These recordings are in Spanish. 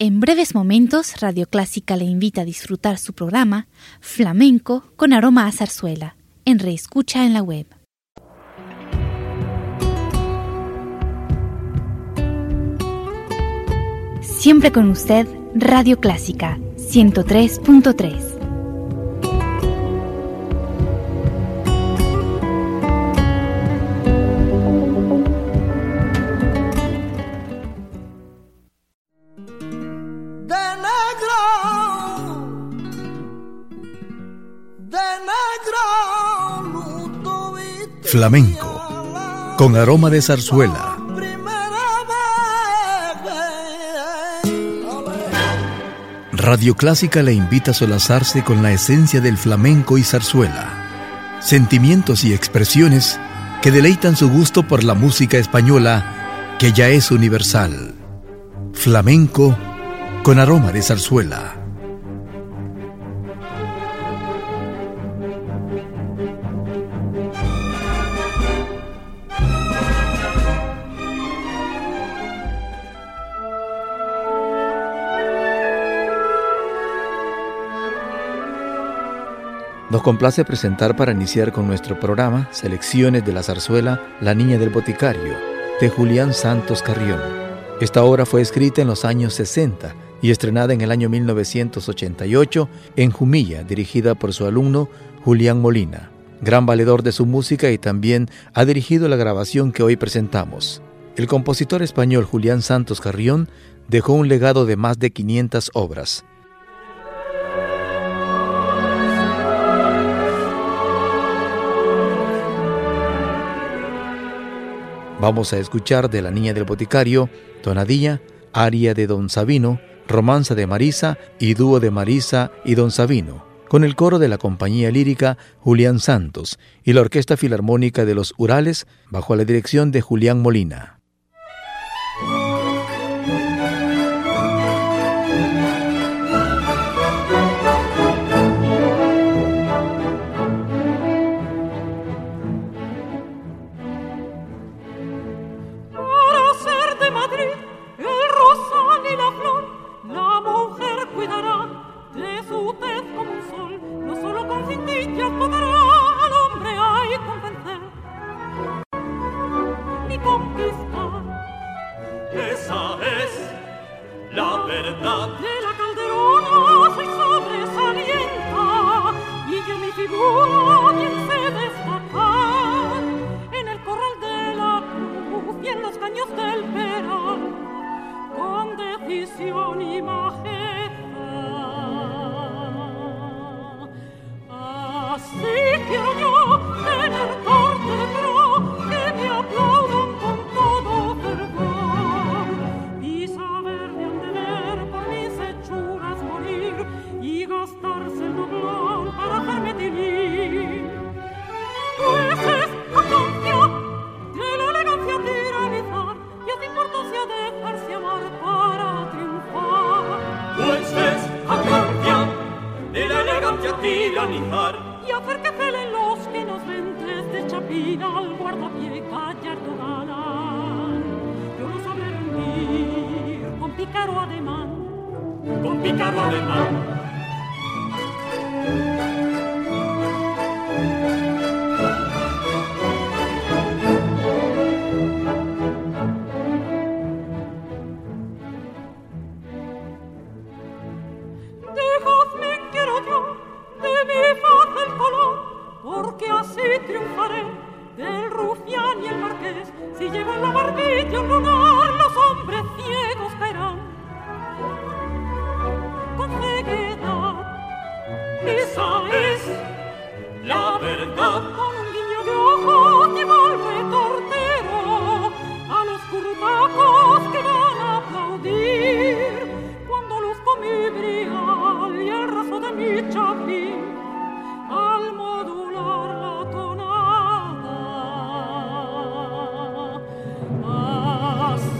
En breves momentos, Radio Clásica le invita a disfrutar su programa Flamenco con aroma a zarzuela, en reescucha en la web. Siempre con usted, Radio Clásica 103.3. Flamenco, con aroma de zarzuela. Radio Clásica le invita a solazarse con la esencia del flamenco y zarzuela. Sentimientos y expresiones que deleitan su gusto por la música española, que ya es universal. Flamenco, con aroma de zarzuela. Nos complace presentar para iniciar con nuestro programa selecciones de la zarzuela La Niña del Boticario, de Julián Santos Carrión. Esta obra fue escrita en los años 60 y estrenada en el año 1988 en Jumilla, dirigida por su alumno Julián Molina, gran valedor de su música, y también ha dirigido la grabación que hoy presentamos. El compositor español Julián Santos Carrión dejó un legado de más de 500 obras. Vamos a escuchar de La Niña del Boticario, tonadilla, aria de Don Sabino, romanza de Marisa y dúo de Marisa y Don Sabino, con el coro de la Compañía Lírica Julián Santos y la Orquesta Filarmónica de los Urales, bajo la dirección de Julián Molina. Y hacer que celen los que nos ven desde Chapina al guardapié gallardo galán. Yo no sabré rendir con pícaro ademán, con pícaro ademán. Porque así triunfaré del rufián y el marqués. Si llevo en la barbilla un lunar, los hombres ciegos caerán. Con ceguedad, esa es la verdad. Con un guiño de ojos llevo al retortero a los currutacos que van a aplaudir cuando luzco mi brial y el raso de mi chapín al modular la tonada. Así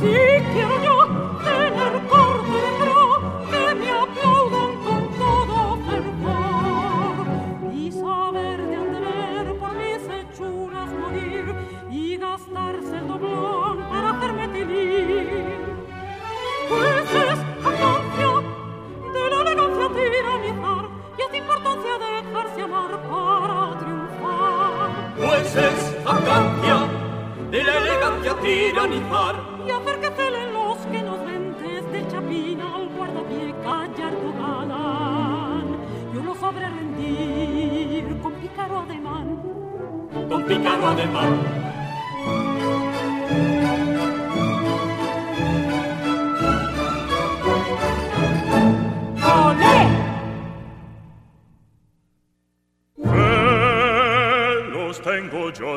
tiranizar y hacer que celen los que nos ven desde el chapín al guardapié gallardo galán. Yo lo sabré rendir con pícaro ademán. Con pícaro ademán. ¡Olé! Los tengo yo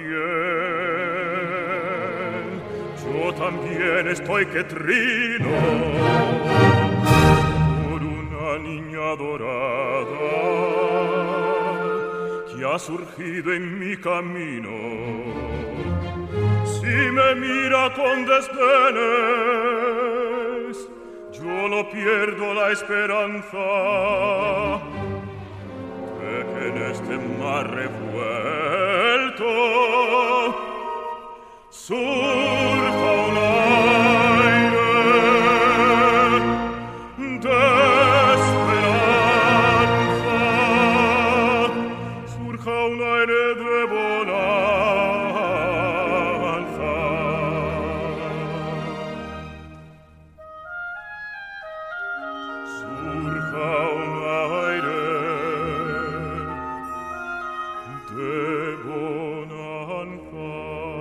también estoy que trino por una niña dorada que ha surgido en mi camino. Si me mira con desdenes, yo no pierdo la esperanza de que en este mar revuelto surja un aire de esperanza, surja un aire de bonanza. Surja un aire de bonanza.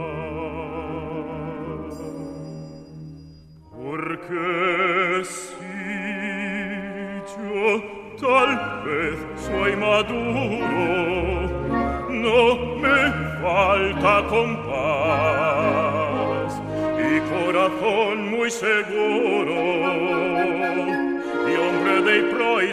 Porque si yo tal vez soy maduro, no me falta compás y corazón muy seguro y hombre de pro y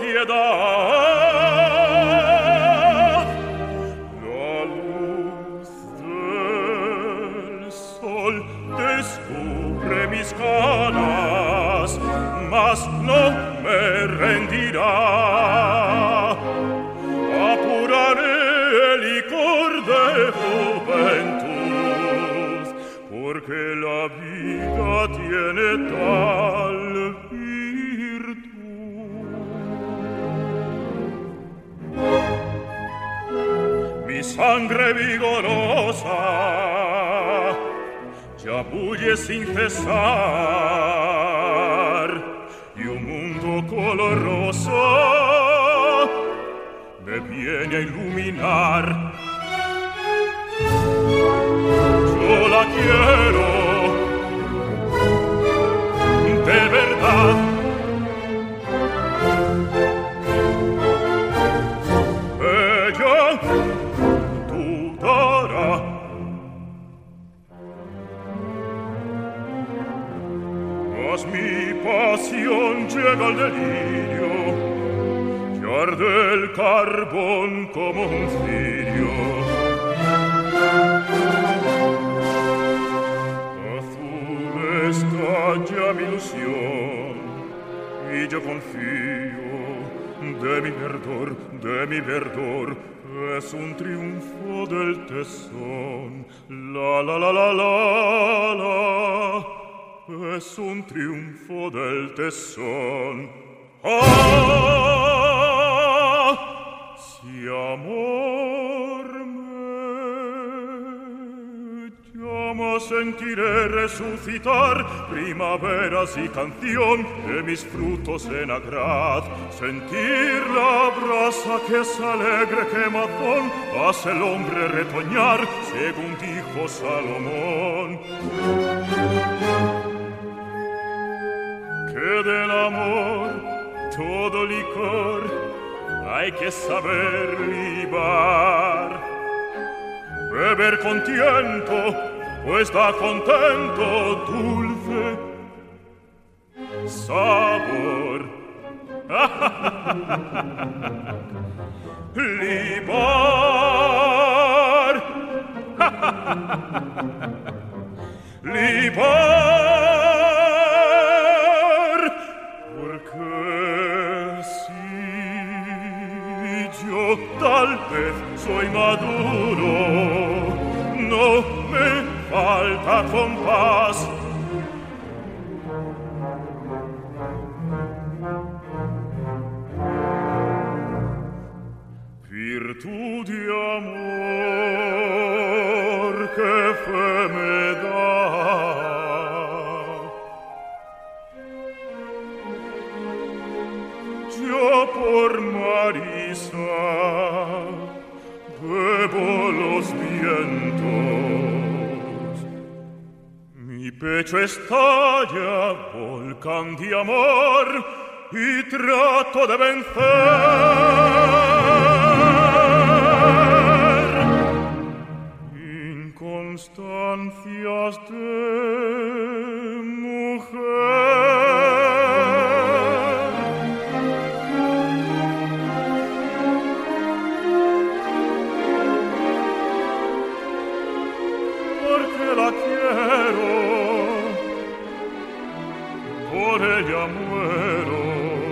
sociedad. La luz del sol descubre mis canas, mas no me rendirá. Apuraré el licor de juventud, porque la vida tiene tal virtud. Mi sangre vigorosa ya bulle sin cesar y un mundo color rosa me viene a iluminar. Yo la quiero de verdad. Ella dudará. Mas mi pasión llega al delirio, que arde el carbón como un cirio. Azul está ya mi ilusión, y yo confío de mi verdor, es un triunfo del tesón. La la la la la la. Es un triunfo del tesón. Ah, si amor me llama, sentiré resucitar primaveras y canción de mis frutos en agraz. Sentir la brasa que es alegre quemazón hace el hombre retoñar, según dijo Salomón. Que del amor todo licor hay que saber libar, beber con tiento, pues da contento dulce sabor. Libar, libar, porque si yo tal vez soy maduro, no me falta compás. Virtud y amor que fe me da, yo por Marisa bebo los vientos. Mi pecho estalla, volcán de amor, y trato de vencer inconstancias de mujer. Porque la quiero, por ella muero,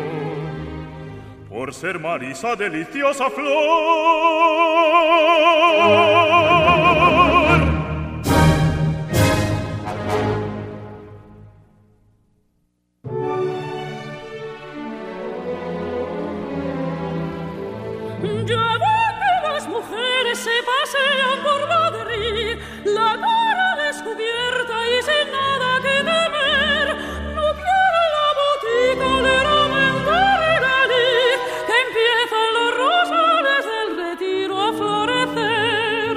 por ser Marisa deliciosa flor. Ya ven que las mujeres se pasean por Madrid, la cara descubierta y sin nada que temer. No quiere la botica de lamentar el alí, que empiezan los rosales del Retiro a florecer.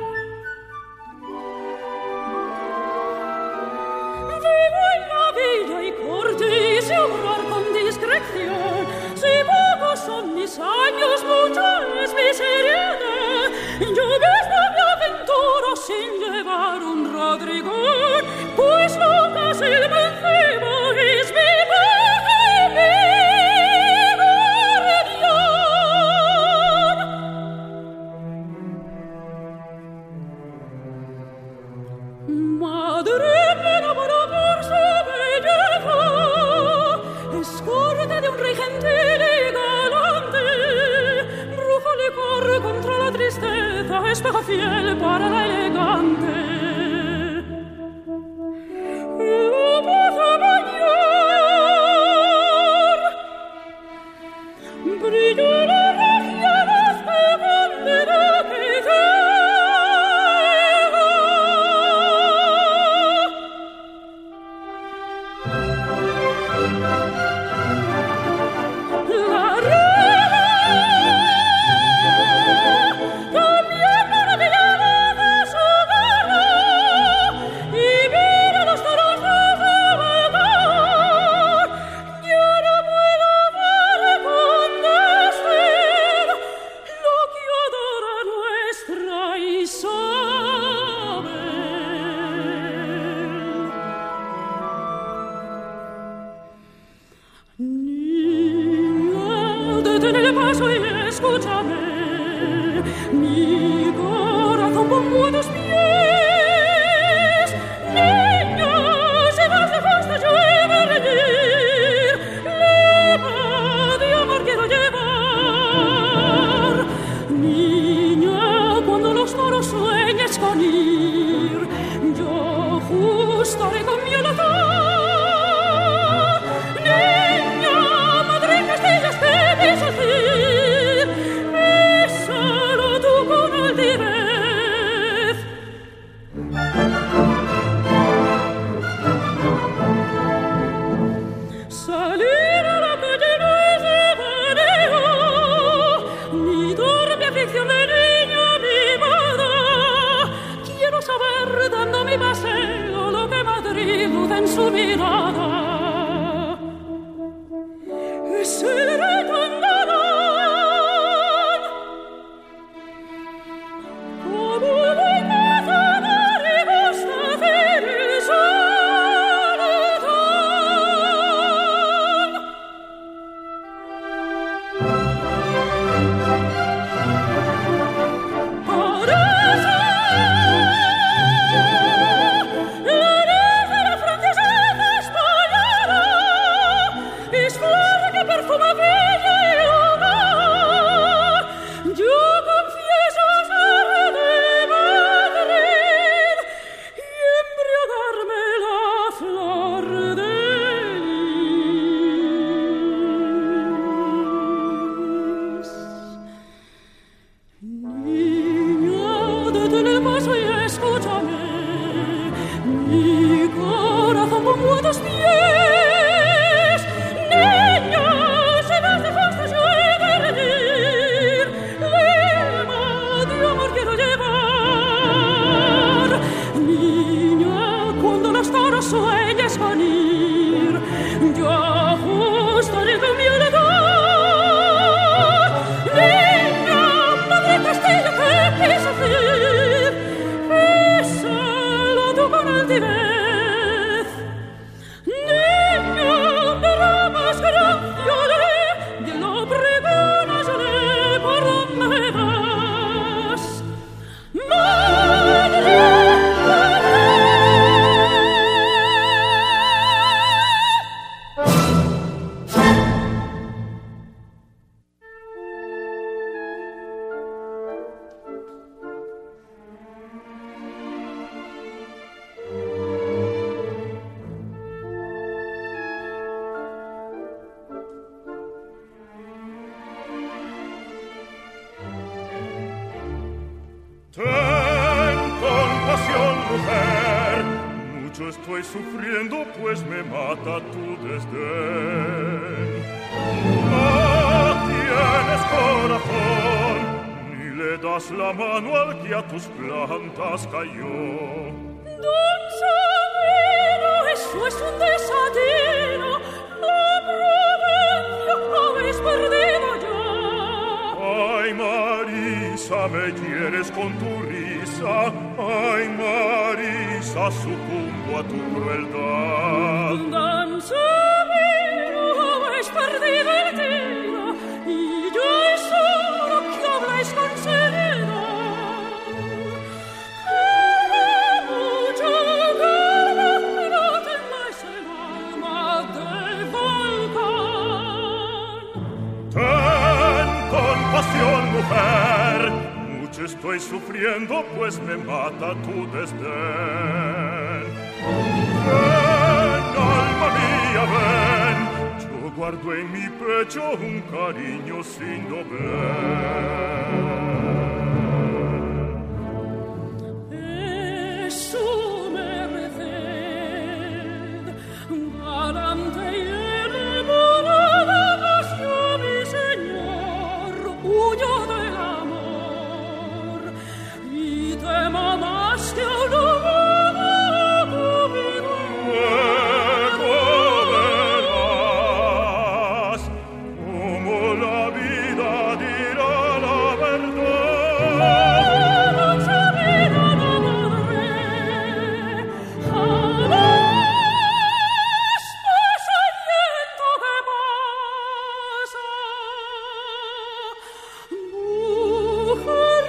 Vivo en la villa y corte y sé obrar con discreción. Si pocos son mis años, mucha es mi seriedad. Yo mismo me aventuro sin llevar un rodrigón, pues nunca se me encima es mi paja y mi guardián. Madrid me enamoró por su belleza, es corte de un rey gentil y galante, brujo licor contra la tristeza, espejo fiel para la elegante. Lo puedo bañar, brilló la regia luz de bandera que la reina también maravillada de su guerra y mira los toros de navegar. Yo no puedo dar con decir lo que adora nuestra Isabel. Niña, detén el paso y escúchame. Mi corazón pongo a tus pies. Niña, si más lejos te llueve reñir, lema de amor quiero llevar. Niña, cuando los toros sueñes con ir, yo ajustaré con mi alazán. Niña, madre Castillas, ¿qué piensas decir? Bésalo tú con altivez. Salir a la calle no es de manera, ni dorme aflicción de niña mimada. Quiero saber, dando mi paseo, lo que Madrid luce en su mirada. Seré tan galán como voy a cenar y gustar el soledad. Parece la nariz de la francesa española, es flor que perfuma bella y lugar. Yo confieso ser de Madrid y embriagarme la flor de lis. Niña, detén el paso y escúchame. Mi corazón pongo a tus pies. Niña, si vas Mucho estoy sufriendo, pues me mata tu desdén. No tienes corazón, ni le das la mano al que a tus plantas cayó. Don Sabino, eso es un desatino, la prudencia habéis perdido ya. Ay, Marisa, me hieres con tu risa. Ay, Marisa, sucumbo a tu crueldad. Don Sabino, habéis perdido el tiro, y yo solo que habláis con seriedad. Mucho calma, no tengáis el alma de volcán. Ten compasión, mujer, mucho estoy sufriendo, pues me mata tu desdén. Ven, alma mía, ven, yo guardo en mi pecho un cariño sin doblez. Es su merced, galante y enamorada, mas yo, mi señor, huyo del amor y temo más que a un humano Luego verás cómo la vida dirá la verdad. Don Sabino, no podré jamás, pues aliento que pasa. Mujer,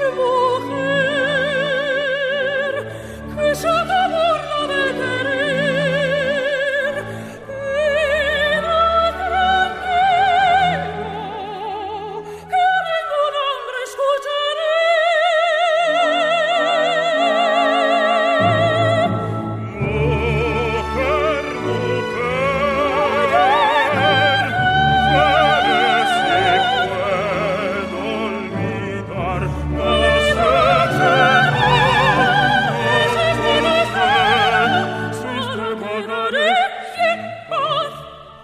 mujer, que se te burla de querer, vida tranquilo, que ningún hombre escucharé. Mujer, mujer, puedes si puedo olvidar, no sé Solo quedaré sin paz.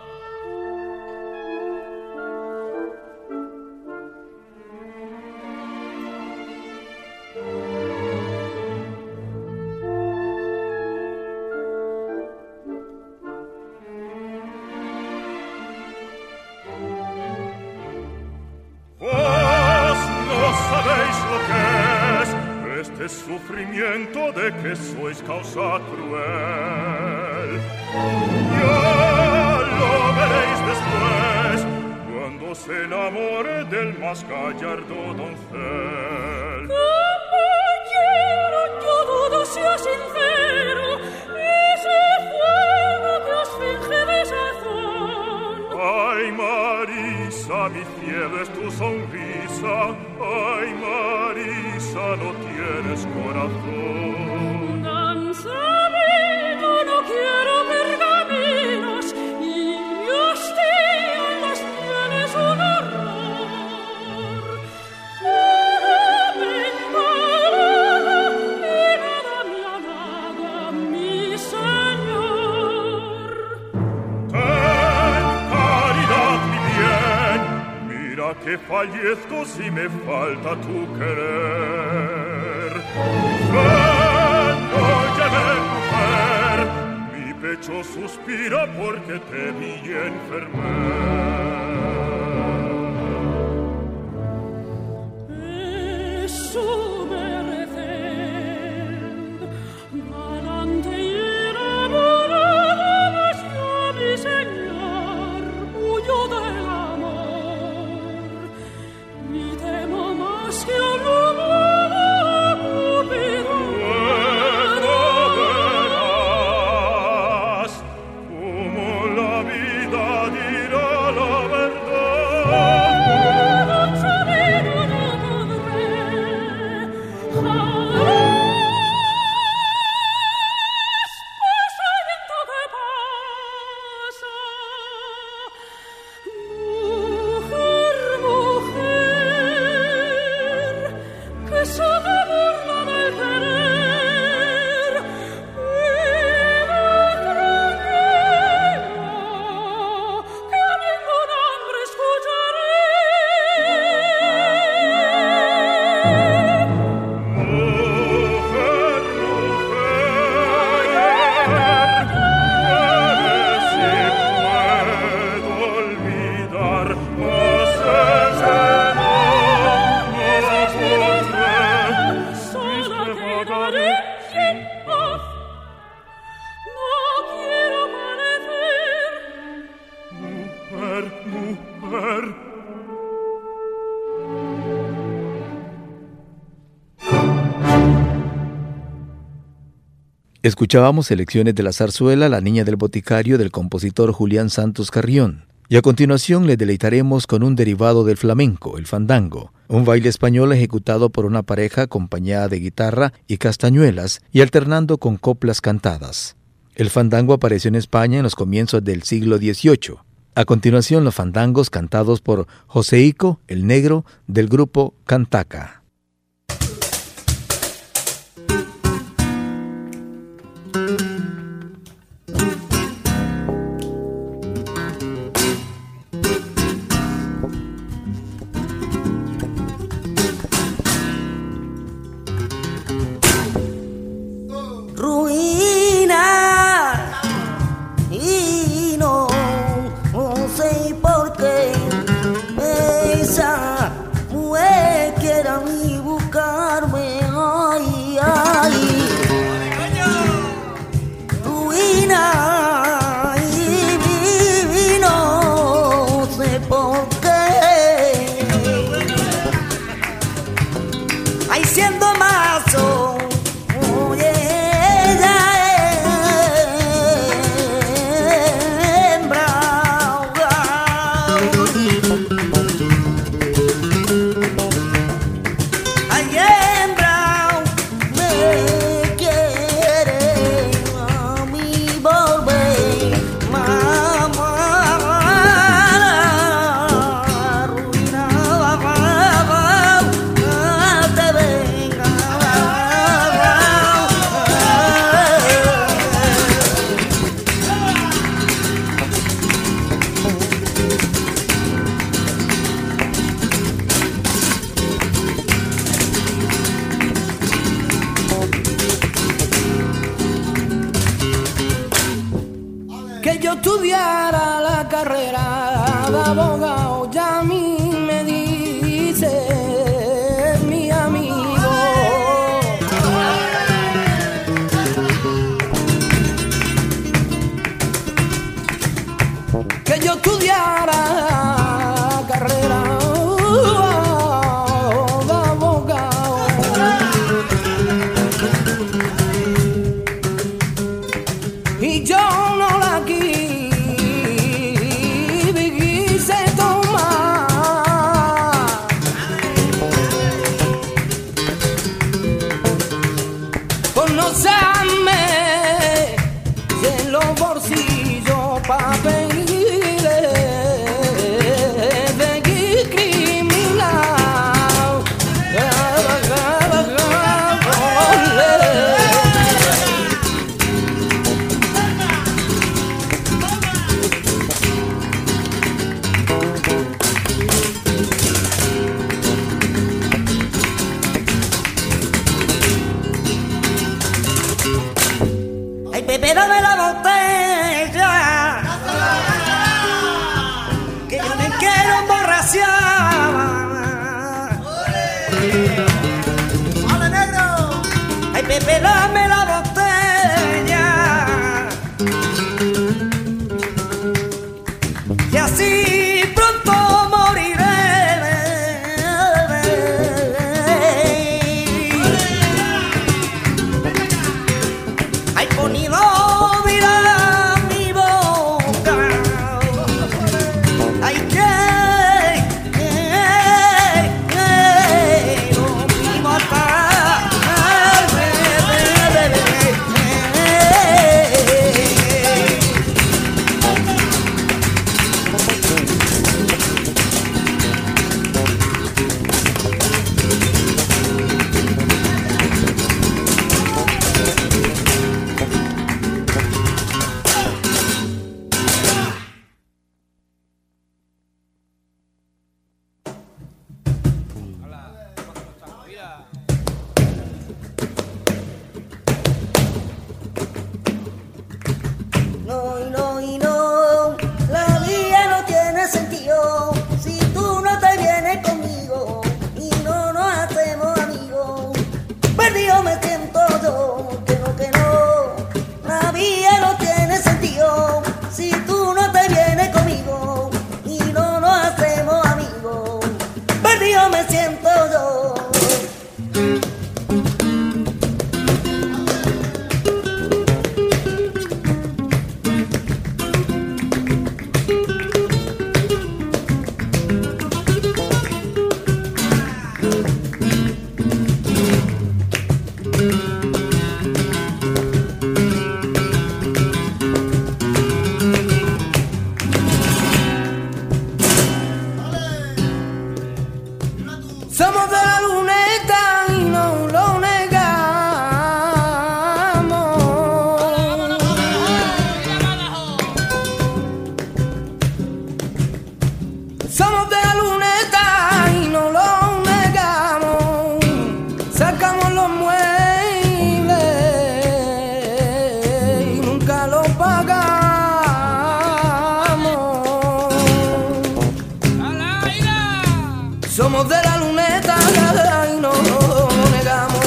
Vos no sabéis lo que es este sufrimiento de que sois causa cruel. Ya lo veréis después, cuando se enamore del más gallardo doncel. Caballero, yo dudo sea sincero, ese fuego que os finge desazón. Ay, Marisa, mi cielo es tu sonrisa. Ay, Marisa, no tienes corazón. Don Sabino, no quiero pergaminos, y hostia en las tienes un horror. Nada me empalada, y nada me halaga, mi señor. Ten caridad, mi bien, mira que fallezco si me falta tu querer. Ven, óyeme, mujer, mi pecho suspira porque te vi enfermar. Es su merced, galante y enamorada, mas yo, mi señor, huyo del amor y temo más que a un humano Cupido. Luego verás cómo la vida dirá mujer. Escuchábamos selecciones de la zarzuela La Niña del Boticario del compositor Julián Santos Carrión. Y a continuación le deleitaremos con un derivado del flamenco, el fandango, un baile español ejecutado por una pareja acompañada de guitarra y castañuelas y alternando con coplas cantadas. El fandango apareció en España en los comienzos del siglo XVIII. A continuación, los fandangos cantados por Joseico, el negro, del grupo Cantaca. Que yo estudiara la carrera de abogado, ya a mí me dice mi amigo. Que yo estudiara la carrera de abogado, y yo no la quise tomar, por no saberme en los bolsillos papel de criminal. Ay, Pepe, dame la botella, que yo me quiero emborrachar. ¡Hola, negro! Ay, Pepe, dame la botella, y así pronto moriré. Ay, ponido mira mi boca, ay, no mi matarme. No, no, y no, la vida no tiene sentido si tú no te vienes conmigo y no nos hacemos amigos. Perdido me siento yo, que no, la vida no tiene sentido si tú no te vienes conmigo y Somos de la luneta y no lo negamos. Sacamos los muebles y nunca los pagamos. Somos de la luneta y no lo negamos.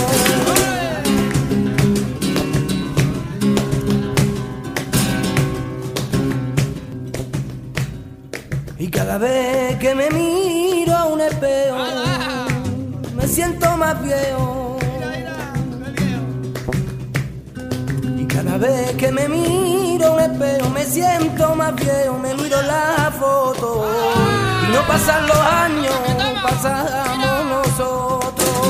Y cada vez que me miro a un espejo, me siento más viejo. Y cada vez que me miro a un espejo, me siento más viejo. Me miro la foto y no pasan los años, pasamos nosotros.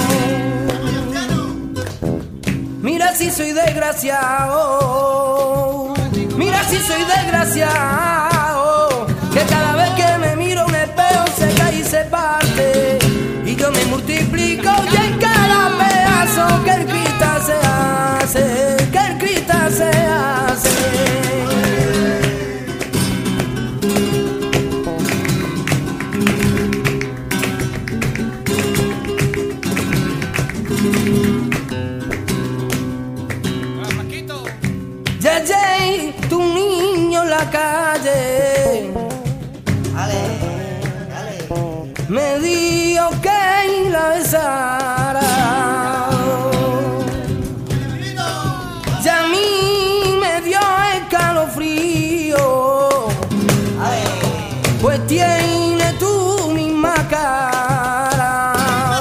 Mira si soy desgraciado, mira si soy desgraciado, que cada vez que me miro un espejo se cae y se parte, y yo me multiplico y en cada pedazo que el cristal se hace, que el cristal se hace. Yeye, tu niño en la calle, me dijo que la besara, y a mí me dio escalofrío, pues tiene tu misma cara.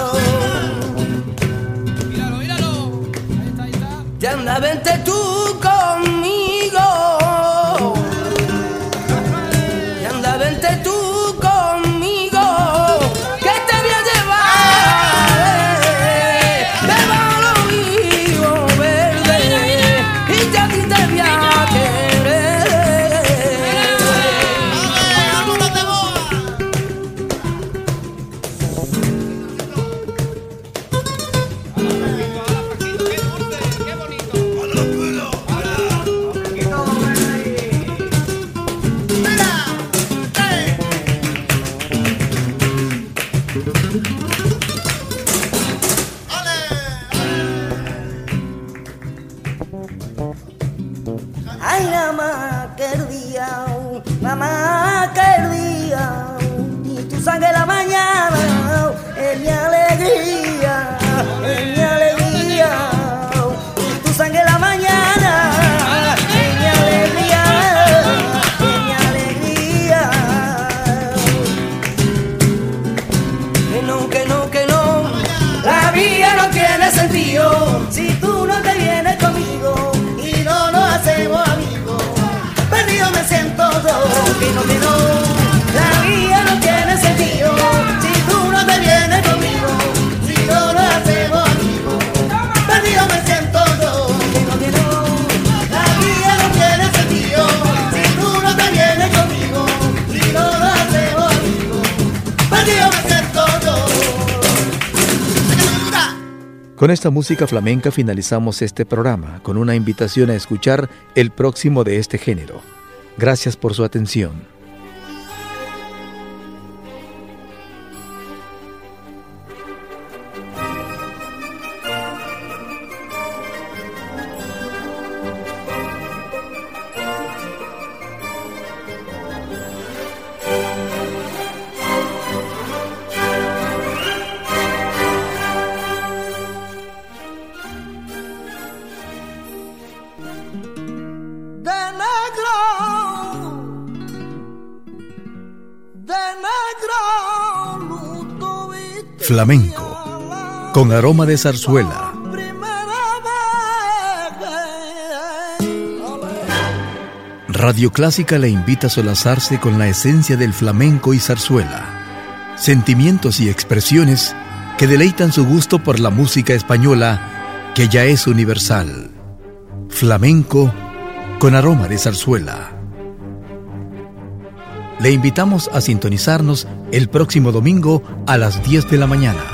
Míralo, ahí está. Ya anda, vente tú conmigo, y anda, vente tú conmigo, que te voy a llevar debajo de los higos verdes, y ya a ti te voy a querer. Ay, mamá quería, y tu sangre en la mañana es mi alegría, es mi alegría, y tu sangre en la mañana es mi alegría, es mi alegría. Que no, la vida no tiene sentido si tú no te vienes conmigo y no nos hacemos amigos. Perdido me siento yo, que no, la vida no tiene sentido si tú no te vienes conmigo, si no nos hacemos amigos. Perdido me siento yo, que no, la vida no tiene sentido si tú no te vienes conmigo, si no nos hacemos amigos. Perdido me siento yo. Con esta música flamenca finalizamos este programa con una invitación a escuchar el próximo de este género. Gracias por su atención. Flamenco, con aroma de zarzuela. Radio Clásica le invita a solazarse con la esencia del flamenco y zarzuela. Sentimientos y expresiones que deleitan su gusto por la música española, que ya es universal. Flamenco con aroma de zarzuela. Le invitamos a sintonizarnos el próximo domingo a las 10 de la mañana.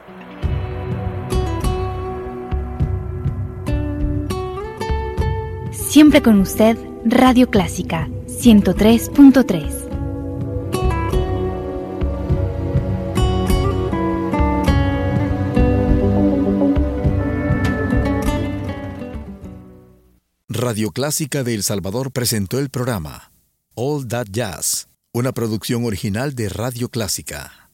Siempre con usted, Radio Clásica 103.3. Radio Clásica de El Salvador presentó el programa All That Jazz, una producción original de Radio Clásica.